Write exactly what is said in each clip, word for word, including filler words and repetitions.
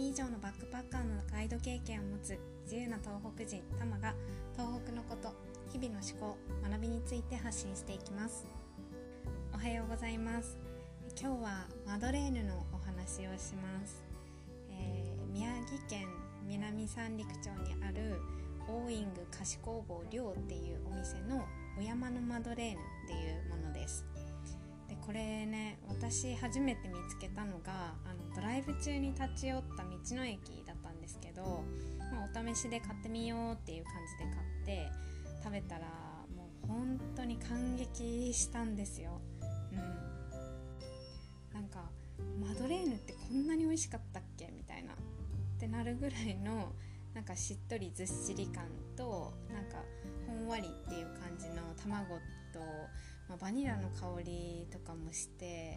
以上のバックパッカーのガイド経験を持つ自由な東北人タマが東北のこと、日々の思考、学びについて発信していきます。おはようございます。今日はマドレーヌのお話をします。えー、宮城県南三陸町にあるオーイング菓子工房寮っていうお店のお山のマドレーヌっていうものです。でこれね、私初めて見つけたのがあのドライブ中に立ち寄った道の駅だったんですけど、まあ、お試しで買ってみようっていう感じで買って食べたらもう本当に感激したんですよ。うん、なんかマドレーヌってこんなに美味しかったっけみたいなってなるぐらいのなんかしっとりずっしり感となんかほんわりっていう感じの卵と、まあ、バニラの香りとかもして、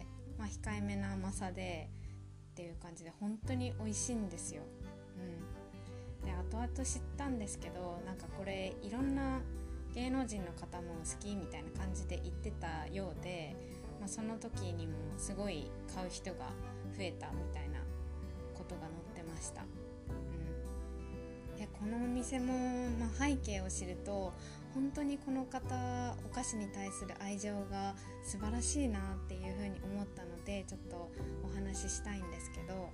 まあ、控えめな甘さでっていう感じで本当に美味しいんですよ。うん、で後々知ったんですけど、なんかこれいろんな芸能人の方も好きみたいな感じで言ってたようで、まあ、その時にもすごい買う人が増えたみたいなことが載ってました。でこのお店も、まあ、背景を知ると本当にこの方お菓子に対する愛情が素晴らしいなっていうふうに思ったので、ちょっとお話ししたいんですけど、うん、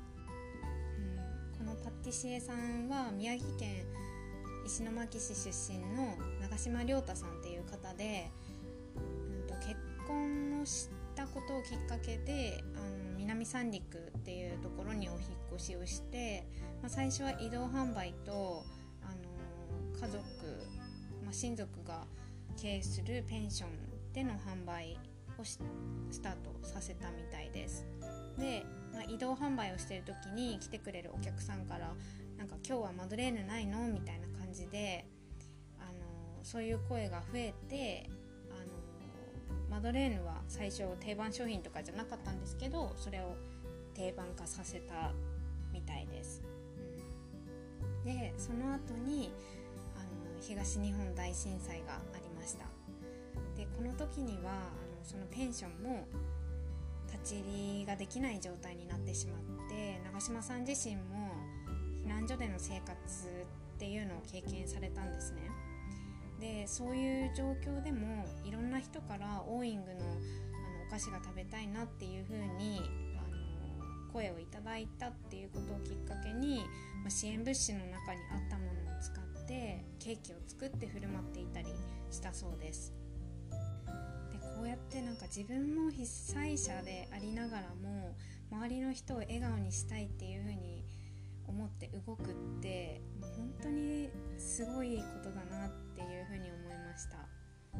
このパティシエさんは宮城県石巻市出身の長島亮太さんっていう方で、うん、と結婚をしたことをきっかけであの南三陸っていうところにお引っ越しをして、まあ、最初は移動販売と、あのー、家族、まあ、親族が経営するペンションでの販売をスタートさせたみたいです。で、まあ、移動販売をしている時に来てくれるお客さんからなんか今日はマドレーヌないのみたいな感じで、あのー、そういう声が増えて、あのー、マドレーヌは最初定番商品とかじゃなかったんですけど、それを定番化させたみたいです。うん、でその後にあの東日本大震災がありました。でこの時にはあのそのペンションも立ち入りができない状態になってしまって、長島さん自身も避難所での生活っていうのを経験されたんですね。でそういう状況でもいろんな人からオーイングの、あのお菓子が食べたいなっていう風にあの声をいただいたっていうことをきっかけに、まあ、支援物資の中にあったものを使ってケーキを作って振る舞っていたりしたそうです。でこうやってなんか自分も被災者でありながらも周りの人を笑顔にしたいっていう風に思って動くってもう本当にすごいことだなっていうふうに思いました。うん、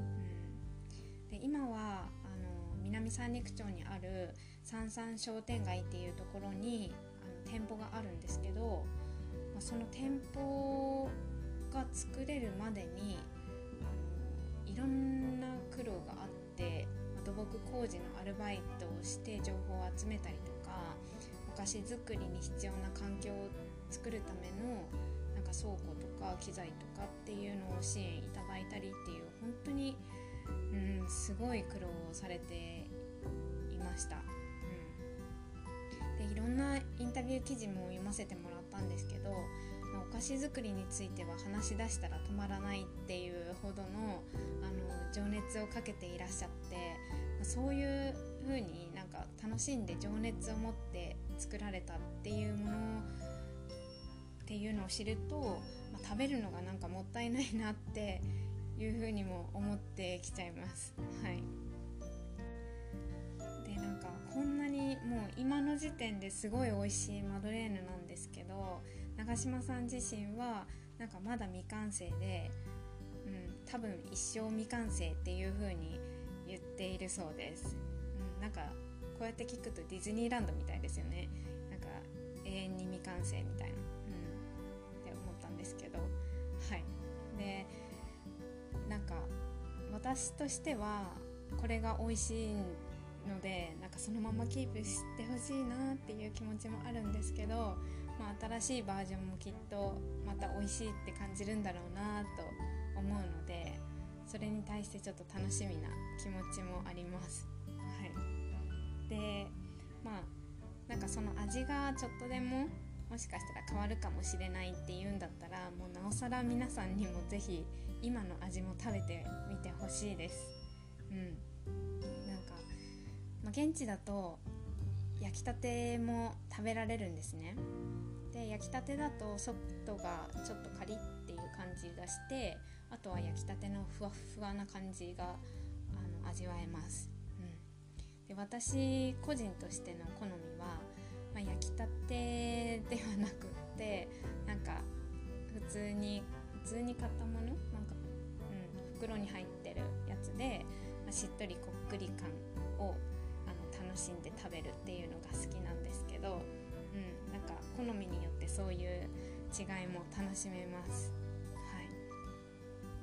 で今はあの南三陸町にある三三商店街っていうところにあの店舗があるんですけど、まあ、その店舗が作れるまでにあのいろんな苦労があって、まあ、土木工事のアルバイトをして情報を集めたりとか、お菓子作りに必要な環境を作るためのなんか倉庫とか機材とかっていうのを支援いただいたりっていう本当に、うん、すごい苦労をされていました。うん、でいろんなインタビュー記事も読ませてもらったんですけど、まあ、お菓子作りについては話し出したら止まらないっていうほどの、あの情熱をかけていらっしゃって、まあ、そういう風になんか楽しんで情熱を持って作られたっていうものっていうのを知ると、まあ、食べるのがなんかもったいないなっていう風にも思ってきちゃいます。はい。でなんかこんなにもう今の時点ですごい美味しいマドレーヌなんですけど、長島さん自身はなんかまだ未完成で、うん、多分一生未完成っていう風に言っているそうです。うん、なんかこうやって聞くとディズニーランドみたいですよね。なんか永遠に未完成みたいな、うん、って思ったんですけど、はい。でなんか私としてはこれが美味しいので、なんかそのままキープしてほしいなっていう気持ちもあるんですけど、まあ、新しいバージョンもきっとまた美味しいって感じるんだろうなと思うので、それに対してちょっと楽しみな気持ちもあります。はい。でまあなんかその味がちょっとでももしかしたら変わるかもしれないっていうんだったら、もうなおさら皆さんにもぜひ今の味も食べてみてほしいです。うん、なんか、まあ、現地だと焼きたても食べられるんですね。で焼きたてだと外がちょっとカリッっていう感じがして、あとは焼きたてのふわふわな感じがあの味わえます。うん、で私個人としての好みは、まあ、焼きたてではなくってなんか普通に普通に買ったものなんか、うん、袋に入ってるやつで、まあ、しっとりこっくり感をあの楽しんで食べるっていうのが好きなんですけど、うん、なんか好みによってそういう違いも楽しめます。はい、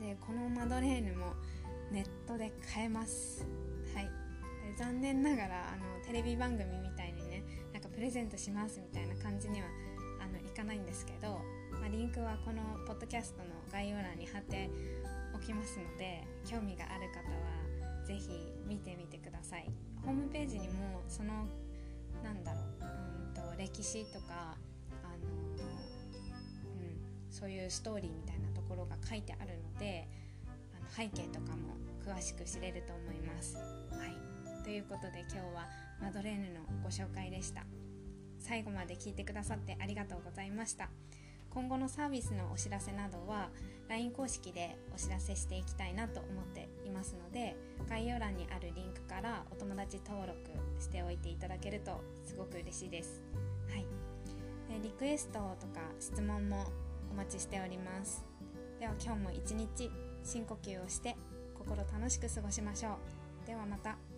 でこのマドレーヌもネットで買えます。はい、で残念ながらあのテレビ番組みたいにね、なんかプレゼントしますみたいな感じにはあのいかないんですけど、まあ、リンクはこのポッドキャストの概要欄に貼っておきますので、興味がある方はぜひ見てみてください。ホームページにもそのなんだろう、うんと歴史とかあの、うん、そういうストーリーみたいなところが書いてあるので、あの背景とかも詳しく知れると思います。はい、ということで今日はマドレーヌのご紹介でした。最後まで聞いてくださってありがとうございました。今後のサービスのお知らせなどは ライン 公式でお知らせしていきたいなと思っていますので、概要欄にあるリンクからお友達登録しておいていただけるとすごく嬉しいです。はい、でリクエストとか質問もお待ちしております。では今日も一日深呼吸をして心楽しく過ごしましょう。ではまた。